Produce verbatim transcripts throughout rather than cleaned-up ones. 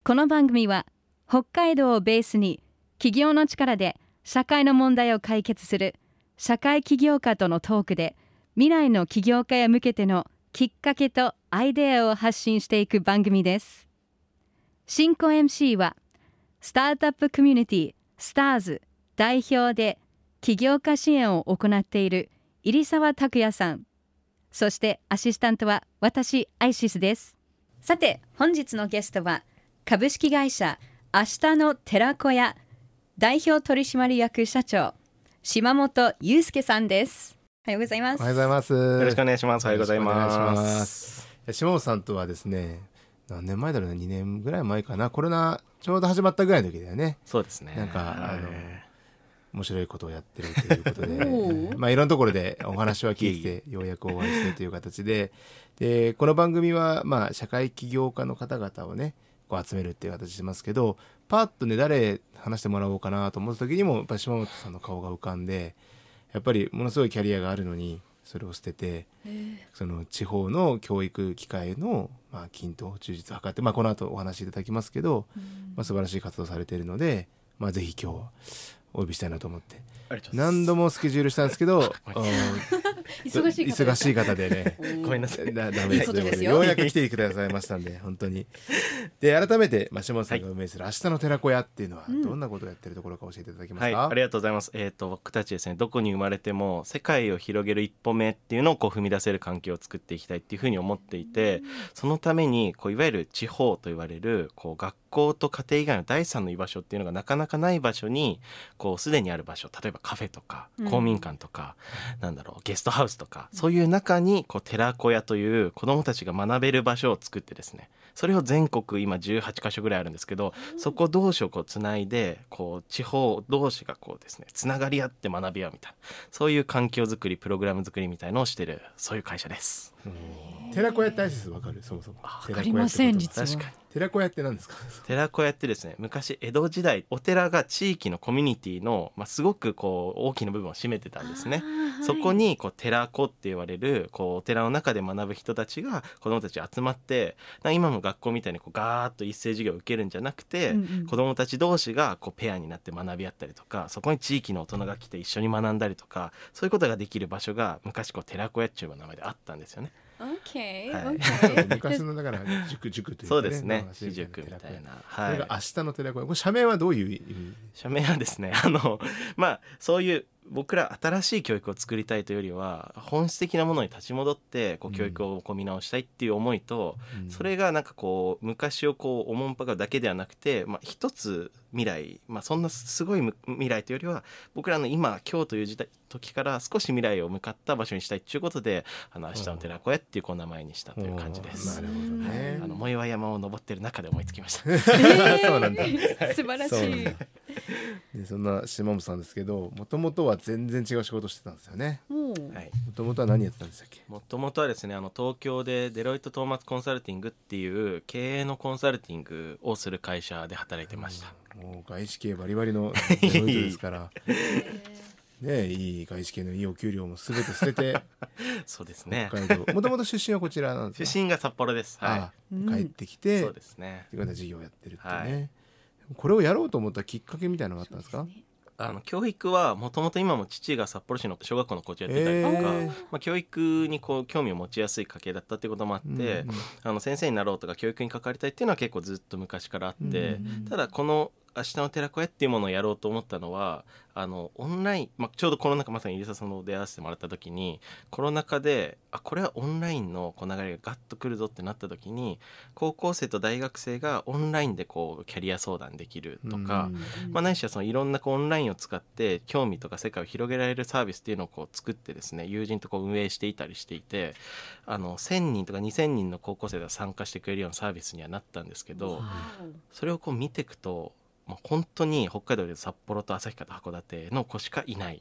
この番組は北海道をベースに企業の力で社会の問題を解決する社会起業家とのトークで、未来の起業家へ向けてのきっかけとアイデアを発信していく番組です。進行 エムシー はスタートアップコミュニティスターズ代表で起業家支援を行っている入澤拓也さん、そしてアシスタントは私アイシスです。さて本日のゲストは株式会社明日の寺子屋代表取締役社長島本裕介さんです。おはようございます。 おはようございます。 よろしくお願いします。おはようございます。 島本さんとはですね、何年前だろうね、にねんぐらい前かな、コロナちょうど始まったぐらいの時だよね。 そうですね。 なんかあの面白いことをやってるということでまあいろんなところでお話は聞いてようやくお会いしてという形で、でこの番組はまあ社会起業家の方々をねこう集めるっていう形してますけど、パッとね誰話してもらおうかなと思った時にもやっぱり島本さんの顔が浮かんで、やっぱりものすごいキャリアがあるのにそれを捨てて、その地方の教育機会のまあ均等充実を図って、まあこの後お話しいただきますけど、まあ素晴らしい活動されているので、まあぜひ今日はお呼びしたいなと思って何度もスケジュールしたんですけど忙しい方忙しい方でねごめんなさい、 だダメですということでようやく来てくださいましたんで本当に。で改めて、まあ、島本さんが運営する明日の寺子屋っていうのはどんなことをやってるところか教えていただけますか？ はい、ありがとうございます。えーと、僕たちですね、どこに生まれても世界を広げる一歩目っていうのをこう踏み出せる環境を作っていきたいっていうふうに思っていて、そのためにこういわゆる地方と言われるこう学校と家庭以外の第三の居場所っていうのがなかなかない場所にこうすでにある場所、例えばカフェとか公民館とか、うん、なんだろうゲストハウスとか、そういう中にこう寺子屋という子どもたちが学べる場所を作ってですね、それを全国今じゅうはちかしょぐらいあるんですけど、そこ同士をこうつないでこう地方同士がこうですねつながり合って学び合うみたいな、そういう環境づくりプログラムづくりみたいのをしてる、そういう会社です。 寺子屋って挨拶わかる？そもそもわかりません。実は確かに寺子屋って何ですか？ 寺子屋ってですね、昔江戸時代お寺が地域のコミュニティの、まあ、すごくこう大きな部分を占めてたんですね、はい、そこにこう寺子って言われるこうお寺の中で学ぶ人たちが子どもたち集まって、今の学校みたいにこうガーッと一斉授業を受けるんじゃなくて、うんうん、子どもたち同士がこうペアになって学び合ったりとか、そこに地域の大人が来て一緒に学んだりとか、そういうことができる場所が昔こう寺子屋っていう名前であったんですよね。 Okay, はい、 okay. 昔のだから塾塾というか、ね、 そうですね、私塾みたいな、 はい、それが明日の寺子屋、これ社名はどういう意味？ 社名はですね、あのまあそういう僕ら新しい教育を作りたいというよりは本質的なものに立ち戻ってこう教育をこう見直したいっていう思いと、うん、それがなんかこう昔をこうおもんぱかるだけではなくて、まあ、一つ未来、まあ、そんなすごい未来というよりは僕らの今今日という時代時から少し未来を向かった場所にしたいということで、あの明日の寺子屋っていうこう名前にしたという感じです。 なるほどね。 あの藻岩山を登ってる中で思いつきました。 えー、そうなんだ素晴らしい。 でそんな島本さんですけど、もともとは全然違う仕事してたんですよね。もともとは何やってたんでしたっけ？ もともとはですね、あの東京でデロイトトーマツコンサルティングっていう経営のコンサルティングをする会社で働いてました。 うん、もう外資系バリバリのデロイトですからね、いい外資系のいいお給料もすべて捨ててそうですね、 北海道、もともと出身はこちらなんですか？ 出身が札幌です。はい、 帰ってきて、 うん、そうですね、 っていうことで事業をやってるってね、はい、これをやろうと思ったきっかけみたいなのがあったんですか？ あの教育はもともと今も父が札幌市の小学校の校長やってたりとか、えーまあ、教育にこう興味を持ちやすい家系だったっていうこともあって、うんうん、あの先生になろうとか教育に関わりたいっていうのは結構ずっと昔からあって、うんうん、ただこの明日の寺子屋っていうものをやろうと思ったのは、あのオンライン、まあ、ちょうどコロナ禍、まさに入澤さんの出会わせてもらった時にコロナ禍であこれはオンラインのこう流れがガッとくるぞってなった時に、高校生と大学生がオンラインでこうキャリア相談できるとか、まあ、ないしはそのいろんなこうオンラインを使って興味とか世界を広げられるサービスっていうのをこう作ってですね、友人とこう運営していたりしていて、あのせんにんとかにせんにんの高校生が参加してくれるようなサービスにはなったんですけど、それをこう見ていくともう本当に北海道で札幌と旭川と函館の子しかいない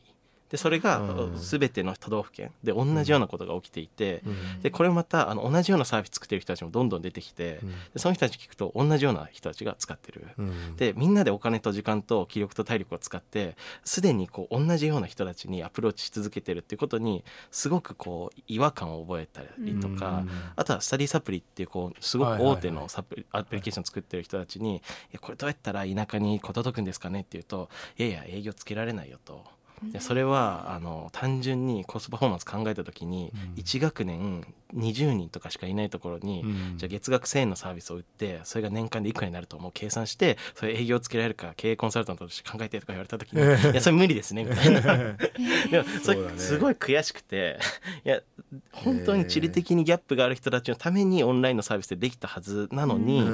でそれが全ての都道府県で同じようなことが起きていて、うん、でこれまたあの同じようなサービス作ってる人たちもどんどん出てきて、うん、でその人たち聞くと同じような人たちが使ってる、うん、でみんなでお金と時間と気力と体力を使ってすでにこう同じような人たちにアプローチし続けてるっていうことにすごくこう違和感を覚えたりとか、うん、あとはスタディサプリっていうこうすごく大手のサプリ、はいはいはい、アプリケーション作ってる人たちにいやこれどうやったら田舎に届くんですかねっていうといやいや営業つけられないよと。でそれはあの単純にコストパフォーマンス考えた時に、うん、いち学年にじゅうにんとかしかいないところに、うん、じゃあ月額せんえんのサービスを売ってそれが年間でいくらになると思う計算してそれ営業つけられるか経営コンサルタントとして考えてとか言われた時に、えー、いやそれ無理ですねみたいなでもそれすごい悔しくていや本当に地理的にギャップがある人たちのためにオンラインのサービスでできたはずなのに、うん、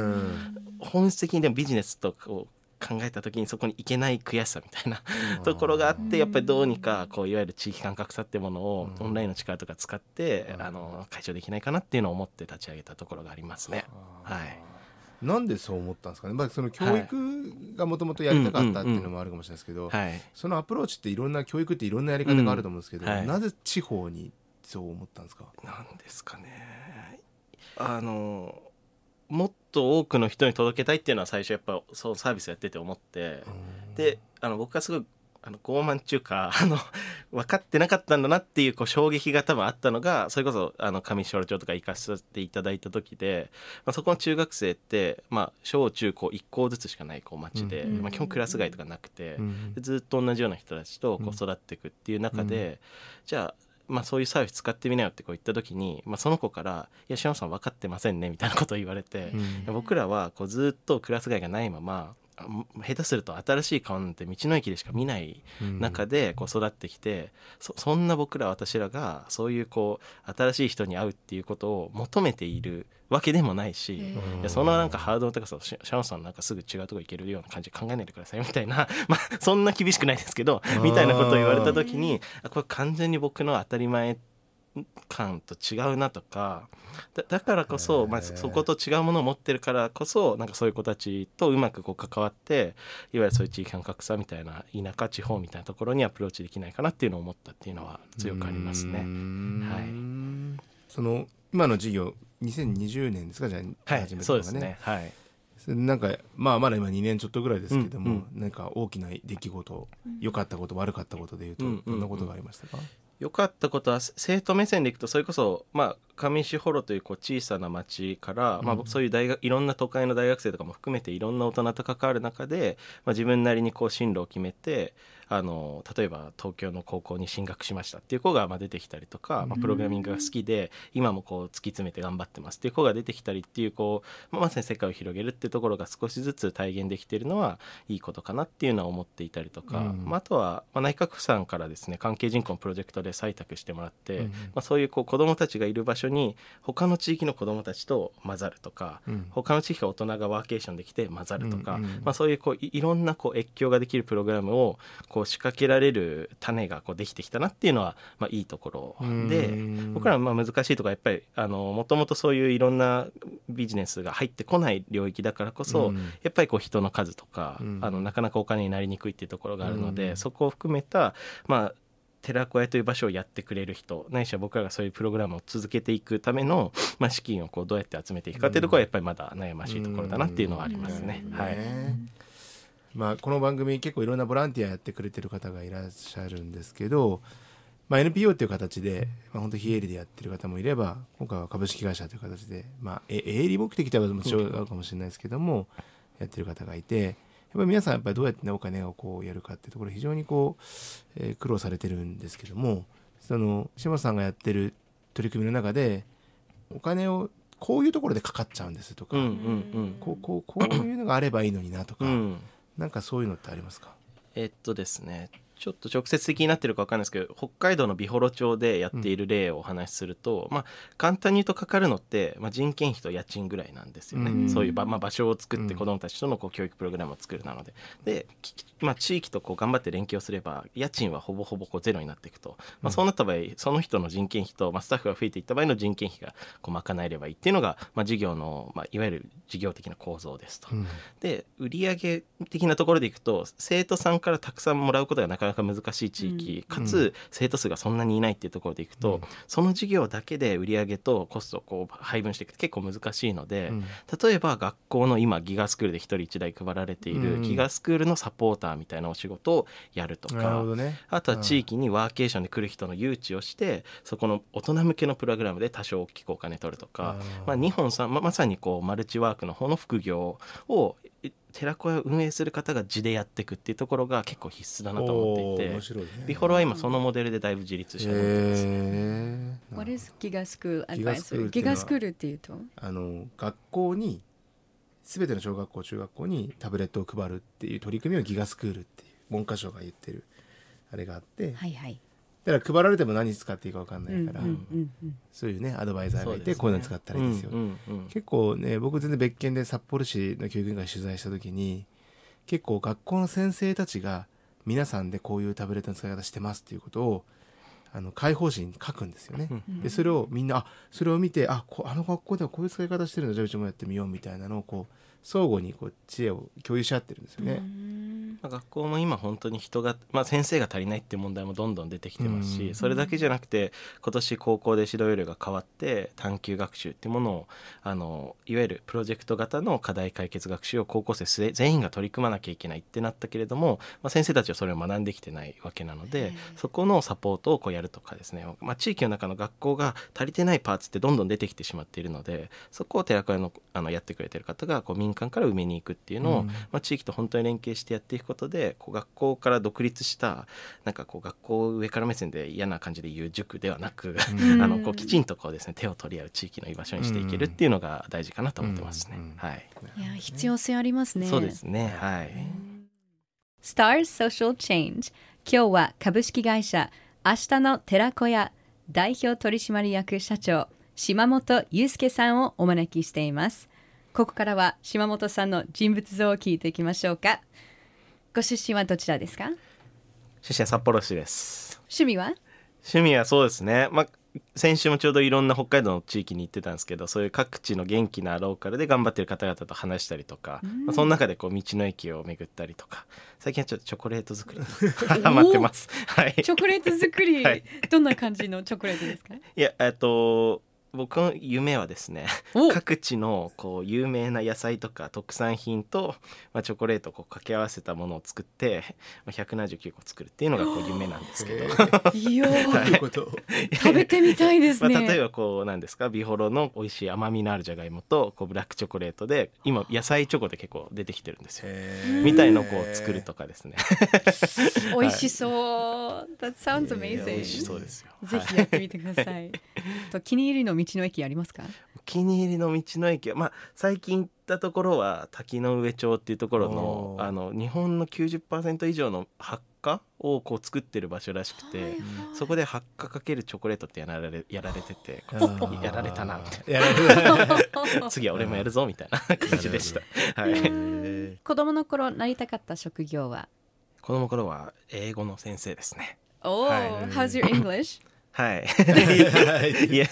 本質的にでもビジネスとこう考えた時にそこに行けない悔しさみたいなところがあってやっぱりどうにかこういわゆる地域感覚差っていうものをオンラインの力とか使ってあの解消できないかなっていうのを思って立ち上げたところがありますね。はい、 なんでそう思ったんですかね。まあ、その教育がもともとやりたかったっていうのもあるかもしれないですけど、はい、そのアプローチっていろんな教育っていろんなやり方があると思うんですけど、うんはい、なぜ地方にそう思ったんですか。 なんですかね。あのもっと多くの人に届けたいっていうのは最初やっぱそうサービスやってて思って、であの僕はすごいあの傲慢っていうかあの分かってなかったんだなっていう、こう衝撃が多分あったのがそれこそあの上士幌町とか行かせていただいた時で、まあ、そこの中学生って、まあ、小中高いっ校ずつしかないこう町で、うんまあ、基本クラス替えとかなくて、うん、でずっと同じような人たちとこう育っていくっていう中で、うん、じゃあまあ、そういうサービス使ってみなよってこう言った時に、まあ、その子から「いや篠野さん分かってませんね」みたいなことを言われて、うん、僕らはこうずっとクラス替えがないまま下手すると新しい顔なんて道の駅でしか見ない中でこう育ってきて、うん、そ, そんな僕ら私らがそういうこう新しい人に会うっていうことを求めているわけでもないし、いやそのなんかハードル高さをシャノさんなんかすぐ違うとこ行けるような感じで考えないでくださいみたいなまあそんな厳しくないですけどみたいなことを言われた時にこれ完全に僕の当たり前感と違うなとか だ, だからこそ、まあ、そこと違うものを持ってるからこそなんかそういう子たちとうまくこう関わっていわゆるそういう地域間格差みたいな田舎地方みたいなところにアプローチできないかなっていうのを思ったっていうのは強くありますね。はい、 その今の授業にせんにじゅうねんですかじゃあ始めたのがね、はい、そうですね、はい、なんかまあまだ今にねんちょっとぐらいですけども、うんうん、なんか大きな出来事良かったこと悪かったことでいうとどんなことがありましたか。 良かったことは生徒目線でいくとそれこそ、まあ、上士幌というこう小さな町から、まあ、そういう大学いろんな都会の大学生とかも含めていろんな大人と関わる中で、まあ、自分なりにこう進路を決めてあの例えば東京の高校に進学しましたっていう子がまあ出てきたりとか、まあ、プログラミングが好きで今もこう突き詰めて頑張ってますっていう子が出てきたりっていうこう、まあ、まさに世界を広げるっていうところが少しずつ体現できているのはいいことかなっていうのは思っていたりとか、うんまあ、あとは、まあ、内閣府さんからですね関係人口のプロジェクトで採択してもらって、うんまあ、そういうこう子どもたちがいる場所に他の地域の子どもたちと混ざるとか、うん、他の地域が大人がワーケーションできて混ざるとか、うんうんまあ、そういうこう い, いろんなこう越境ができるプログラムをこう仕掛けられる種がこうできてきたなっていうのは、まあ、いいところで僕らはまあ難しいところはやっぱりあのもともとそういういろんなビジネスが入ってこない領域だからこそ、うん、やっぱりこう人の数とか、うん、あのなかなかお金になりにくいっていうところがあるので、うん、そこを含めたまあ寺子屋という場所をやってくれる人ないしは僕らがそういうプログラムを続けていくための、まあ、資金をこうどうやって集めていくかっていうところはやっぱりまだ悩ましいところだなっていうのはありますね。はい、 まあ、この番組結構いろんなボランティアやってくれてる方がいらっしゃるんですけど、まあ、エヌピーオー っていう形で、まあ、本当非営利でやってる方もいれば今回は株式会社という形で、まあ、営利目的とはもちろん違うかもしれないですけどもやってる方がいてやっぱり皆さんやっぱりどうやって、ね、お金をこうやるかっていうところ非常にこう、えー、苦労されてるんですけどもその島田さんがやってる取り組みの中でお金をこういうところでかかっちゃうんですとか、うんうんうん、こう、こう、こういうのがあればいいのになとか、うんなんかそういうのってありますか。 えっとですねちょっと直接的になってるか分かんないですけど北海道の美幌町でやっている例をお話しすると、うんまあ、簡単に言うとかかるのって、まあ、人件費と家賃ぐらいなんですよね、うん、そういう場、まあ、場所を作って子どもたちとのこう教育プログラムを作るなので、で、まあ、地域とこう頑張って連携をすれば家賃はほぼほぼこうゼロになっていくと、まあ、そうなった場合その人の人件費と、まあ、スタッフが増えていった場合の人件費がこう賄えればいいっていうのが、まあ、事業の、まあ、いわゆる事業的な構造ですと、うん、で売上的なところでいくと生徒さんからたくさんもらうことがなかなかなか難しい地域、 うん、 かつ生徒数がそんなにいないっていうところでいくと、うん、その授業だけで売上とコストをこう配分していくと結構難しいので、うん、例えば学校の今ギガスクールで一人一台配られているギガスクールのサポーターみたいなお仕事をやるとか、うんね、あとは地域にワーケーションで来る人の誘致をしてそこの大人向けのプログラムで多少大きくお金取るとか、まあ、日本さん ま, まさにこうマルチワークの方の副業を寺子屋を運営する方が地でやっていくっていうところが結構必須だなと思っていて、面白いね、ビホロは今そのモデルでだいぶ自立してます。 What is ギガスクール advisor? ギガスクールっていうとあの学校に全ての小学校中学校にタブレットを配るっていう取り組みをギガスクールっていう文科省が言ってるあれがあって、 はいはい、 だから配られても何使っていいか分かんないから、うんうんうんうん、そういうねアドバイザーがいて、ね、こういうの使ったらいいですよ、うんうんうん、結構ね僕全然別件で札幌市の教育委員会取材した時に結構学校の先生たちが皆さんでこういうタブレットの使い方してますっていうことをあの開放誌に書くんですよね、うん、でそれをみんなあそれを見てあこあの学校ではこういう使い方してるんだじゃあうちもやってみようみたいなのをこう相互にこう知恵を共有し合ってるんですよね。 まあ、学校も今本当に人が、まあ、先生が足りないっていう問題もどんどん出てきてますし、それだけじゃなくて今年高校で指導要領が変わって探究学習っていうものをあのいわゆるプロジェクト型の課題解決学習を高校生全員が取り組まなきゃいけないってなったけれども、まあ、先生たちはそれを学んできてないわけなので、そこのサポートをこうやるとかですね、まあ、地域の中の学校が足りてないパーツってどんどん出てきてしまっているので、そこを寺子屋の、あのやってくれてる方がこう民間から埋めに行くっていうのを、うんまあ、地域と本当に連携してやっていくことでこう学校から独立したなんかこう学校上から目線で嫌な感じで言う塾ではなく、うん、あのこうきちんとこうです、ね、手を取り合う地域の居場所にしていけるっていうのが大事かなと思ってますね、うんうんはい、 いや必要性ありますね。 そうですね、はい、 Stars Social Change 今日は株式会社明日の寺子屋代表取締役社長島本祐介さんをお招きしています。ここからは島本さんの人物像を聞いていきましょうか。ご出身はどちらですか？ 出身は札幌市です。 趣味は？ 趣味はそうですね、まあ、先週もちょうどいろんな北海道の地域に行ってたんですけど、そういう各地の元気なローカルで頑張ってる方々と話したりとか、まあ、その中でこう道の駅を巡ったりとか、最近はちょっとチョコレート作りにハマってます、はい、 チョコレート作り、はい、どんな感じのチョコレートですか？ いやえっと僕の夢はですね、各地のこう有名な野菜とか特産品と、まあ、チョコレートをこう掛け合わせたものを作って、まあ、ひゃくななじゅうきゅうこ作るっていうのがこう夢なんですけどいや食べてみたいですね、 まあ、例えばこうなんですかビホロの美味しい甘みのあるじゃがいもとこうブラックチョコレートで今野菜チョコで結構出てきてるんですよみたいのをこう作るとかですね美味しそう、That sounds amazing。 美味しそうですよ、 ぜひやってみてくださいと気に入りの道の駅ありますか？ お気に入りの道の駅は、まあ、最近行ったところは滝の上町っていうところ の, あの日本の きゅうじゅっパーセント 以上の発火をこう作ってる場所らしくて、はいはい、そこで発火かけるチョコレートってやられやられててやられたなみたいな次は俺もやるぞみたいな感じでした、はい、 子供の頃なりたかった職業は？ 子供の頃は英語の先生ですね。 おー、はい、How's your English? はい。 yeah.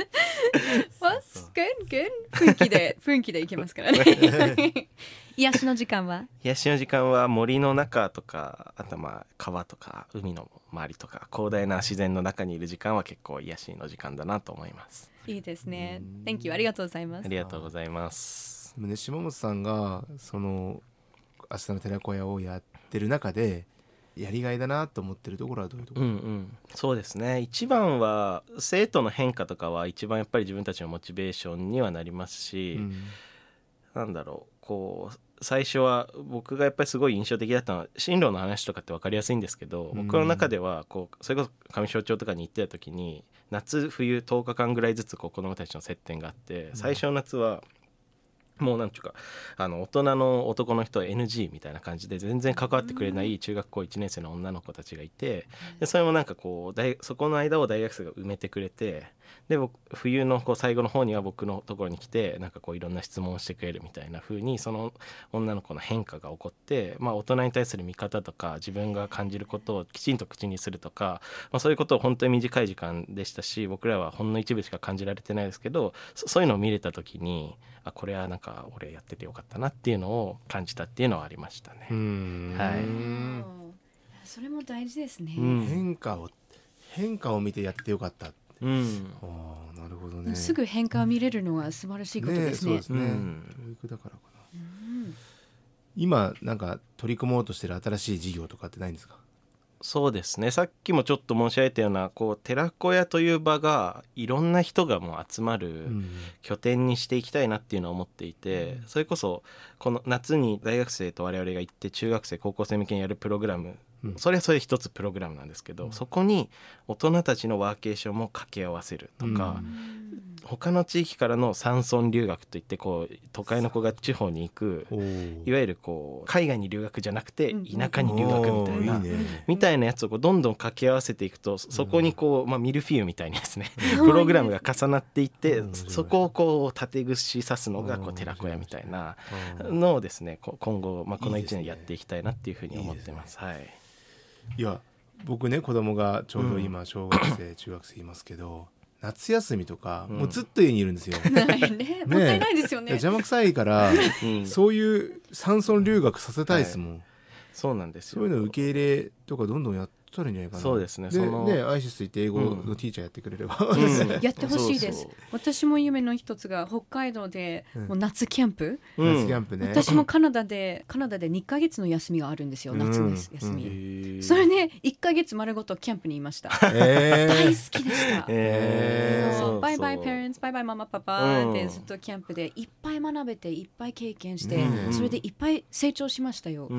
Well, good, good. 雰囲気で、雰囲気でいけますからね。癒しの時間は？ 癒しの時間は森の中とか、あとまあ川とか海の周りとか広大な自然の中にいる時間は結構癒しの時間だなと思います。 いいですね。Thank you. ありがとうございます。 ありがとうございます。 ね、島本さんがその明日の寺子屋をやってる中でやりがいだなと思ってるところはどういうところ？ うんうん、そうですね、一番は生徒の変化とかは一番やっぱり自分たちのモチベーションにはなりますし、うん、なんだろうこう最初は僕がやっぱりすごい印象的だったのは進路の話とかって分かりやすいんですけど、うん、僕の中ではこうそれこそ上庄町とかに行ってた時に夏冬とおかかんぐらいずつこう子どもたちの接点があって、最初の夏はもうなんていうかあの大人の男の人は エヌジー みたいな感じで全然関わってくれない中学校いちねん生の女の子たちがいて、でそれもなんかこう大そこの間を大学生が埋めてくれて、で僕冬のこう最後の方には僕のところに来てなんかこういろんな質問をしてくれるみたいな風にその女の子の変化が起こって、まあ、大人に対する見方とか自分が感じることをきちんと口にするとか、まあ、そういうことを本当に短い時間でしたし、僕らはほんの一部しか感じられてないですけど、 そ, そういうのを見れた時にあこれはなんか俺やっててよかったなっていうのを感じたっていうのはありましたね。うん、はい、 それも大事ですね、 うん、 変化を変化を見てやってよかった、 うん、 あ、なるほどね。 すぐ変化を見れるのは素晴らしいことですね。 ね、そうですね、うん、教育だからかな、うん、今なんか取り組もうとしてる新しい事業とかってないんですか？ そうですね、さっきもちょっと申し上げたようなこう寺子屋という場がいろんな人がもう集まる拠点にしていきたいなっていうのを思っていて、うん、それこそこの夏に大学生と我々が行って中学生高校生向けにやるプログラム、うん、それはそれ一つプログラムなんですけど、うん、そこに大人たちのワーケーションも掛け合わせるとか、うん、他の地域からの山村留学といってこう都会の子が地方に行くいわゆるこう海外に留学じゃなくて田舎に留学みたいな、いいね、みたいなやつをこうどんどん掛け合わせていくとそこにこう、まあ、ミルフィーユみたいにですね、うん、プログラムが重なっていって、うん、そこをこう縦串刺すのがこう寺子屋みたいなのをですね今後、まあ、このいちねんやっていきたいなっていうふうに思ってます。いいですね、はい、いや僕ね子供がちょうど今小学生、うん、中学生いますけど夏休みとか、うん、もうずっと家にいるんですよ。 ないね、もったいないですよね。 邪魔くさいから、うん、そういう山村留学させたいですもん、はい、 そうなんですよ。 そういうの受け入れとかどんどんやったらいいんじゃないかな。 そうですね。 でそのねアイシス行って英語のティーチャーやってくれれば、 うん、やってほしいです。そうそう、私も夢の一つが北海道でもう夏キャンプ、 うん、夏キャンプね。 私もカナダでカナダでにかげつの休みがあるんですよ、夏の休み、うん、それねいっかげつ丸ごとキャンプにいました、えー、大好きでした、えー、そうバイバイパレンツバイバイママパパってずっとキャンプでいっぱい学べていっぱい経験して、うん、それでいっぱい成長しましたよ、うん、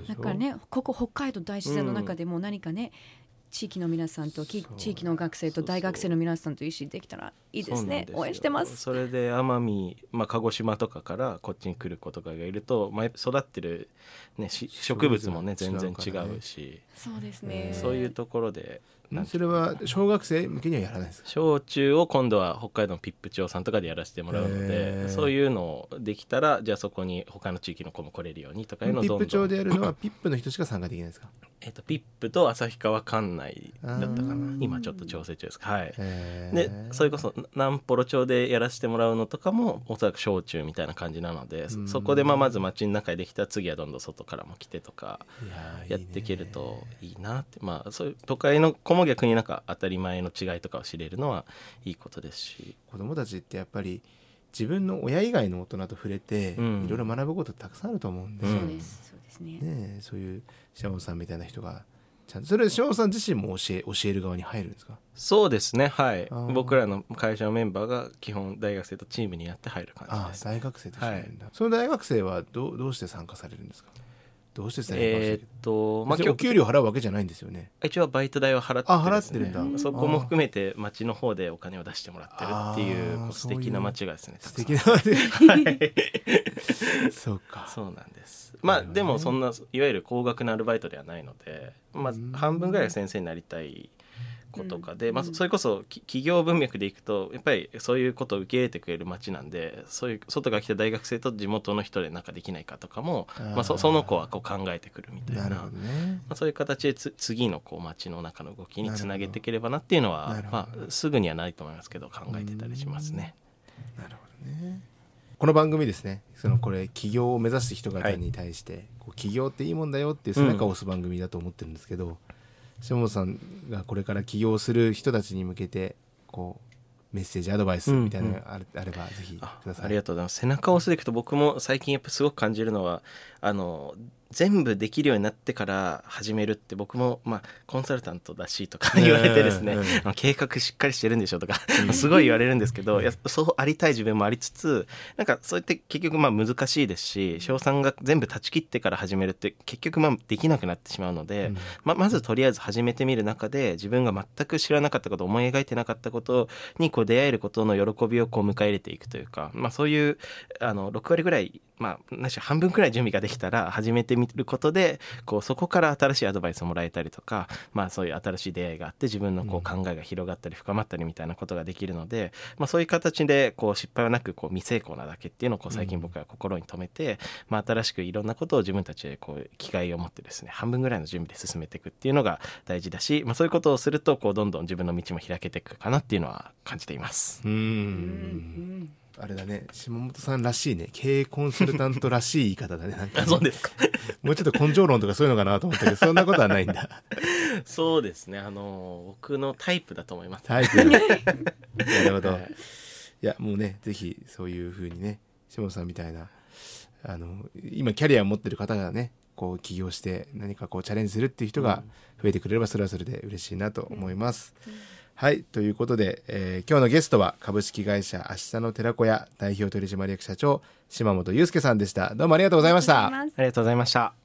だからねここ北海道大自然の中でも何かね、地域の皆さんと地域の学生と大学生の皆さんと一緒にできたらいいですね。応援してます。 それで奄美、まあ、鹿児島とかからこっちに来る子とかがいると、まあ、育ってる、ね、植物もね全然違うし、 そうですね、 そういうところでそれは小学生向けにはやらないですか？ 小中を今度は北海道のピップ町さんとかでやらせてもらうので、そういうのをできたらじゃあそこに他の地域の子も来れるようにとかいうのをどんどん。 ピップ町でやるのはピップの人しか参加できないですか？ えっと、ピップと旭川管内だったかな、今ちょっと調整中です。はい、でそれこそ南幌町でやらせてもらうのとかもおそらく小中みたいな感じなので、そこでまあまず街の中でできたら次はどんどん外からも来てとかやっていけるといいなって。まあそういう都会の子も逆になんか当たり前の違いとかを知れるのはいいことですし、 子どもたちってやっぱり自分の親以外の大人と触れて、うん、いろいろ学ぶことたくさんあると思うんですよ、 うん、そうですそうですね。 ね、そういうシャオさんみたいな人がちゃんとそれシャオさん自身も教え、教える側に入るんですか？ そうですね、はい、僕らの会社のメンバーが基本大学生とチームにやって入る感じです。 ああ、大学生として入るんだ、はい、その大学生は ど, どうして参加されるんですか？どうして参加される、えーっとまあ、お給料払うわけじゃないんですよね？ 一応バイト代は払ってですね、 あ、払ってるんだ。 そこも含めて町の方でお金を出してもらってるっていう素敵な町がですね。 素敵な町がそうか、 そうなんです。まあでもそんないわゆる高額なアルバイトではないので、まあ、半分ぐらいは先生になりたい子とかで、うん、まあ、それこそ企業文脈でいくとやっぱりそういうことを受け入れてくれる町なんで、そういう外から来た大学生と地元の人でなんかできないかとかも、まあ、そ, その子はこう考えてくるみたい な, なるほど、ね、まあ、そういう形でつ次のこう町の中の動きにつなげていければなっていうのは、まあ、すぐにはないと思いますけど考えてたりしますね。 なるほどね。この番組ですね、そのこれ起業を目指す人々に対して、はい、こう起業っていいもんだよっていう背中を押す番組だと思ってるんですけど、うん、下本さんがこれから起業する人たちに向けてこうメッセージアドバイスみたいなのがあればぜひください。 あ, ありがとうございます。背中を押すでいくと僕も最近やっぱすごく感じるのはあの全部できるようになってから始めるって僕も、まあ、コンサルタントだしとか言われてですね、うん、計画しっかりしてるんでしょとかすごい言われるんですけど、いやそうありたい自分もありつつなんかそうやって結局まあ難しいですし、翔さんが全部断ち切ってから始めるって結局まあできなくなってしまうので、うん、ま, まずとりあえず始めてみる中で自分が全く知らなかったこと、思い描いてなかったことにこう出会えることの喜びをこう迎え入れていくというか、まあ、そういうあのろくわりぐらい、まあ、なし半分くらい準備ができたら始めてみることでこうそこから新しいアドバイスをもらえたりとか、まあ、そういう新しい出会いがあって自分のこう考えが広がったり深まったりみたいなことができるので、まあ、そういう形でこう失敗はなくこう未成功なだけっていうのをこう最近僕は心に留めて、まあ、新しくいろんなことを自分たちでこう気概を持ってですね半分ぐらいの準備で進めていくっていうのが大事だし、まあ、そういうことをするとこうどんどん自分の道も開けていくかなっていうのは感じています。 うん、 あれだね、島本さんらしいね、経営コンサルタントらしい言い方だね。なんかねそうですかもうちょっと根性論とかそういうのかなと思ったけど、そんなことはないんだ。 そうですね、あの僕のタイプだと思います。 タイプだなるほど、 はい、 いやもうね、ぜひそういう風にね、島本さんみたいなあの今キャリアを持ってる方がね、こう起業して何かこうチャレンジするっていう人が増えてくれれば、それはそれで嬉しいなと思います、うんうん、はい、ということで、えー、今日のゲストは株式会社明日の寺子屋代表取締役社長島本裕介さんでした。どうもありがとうございました。 ありがとうございました。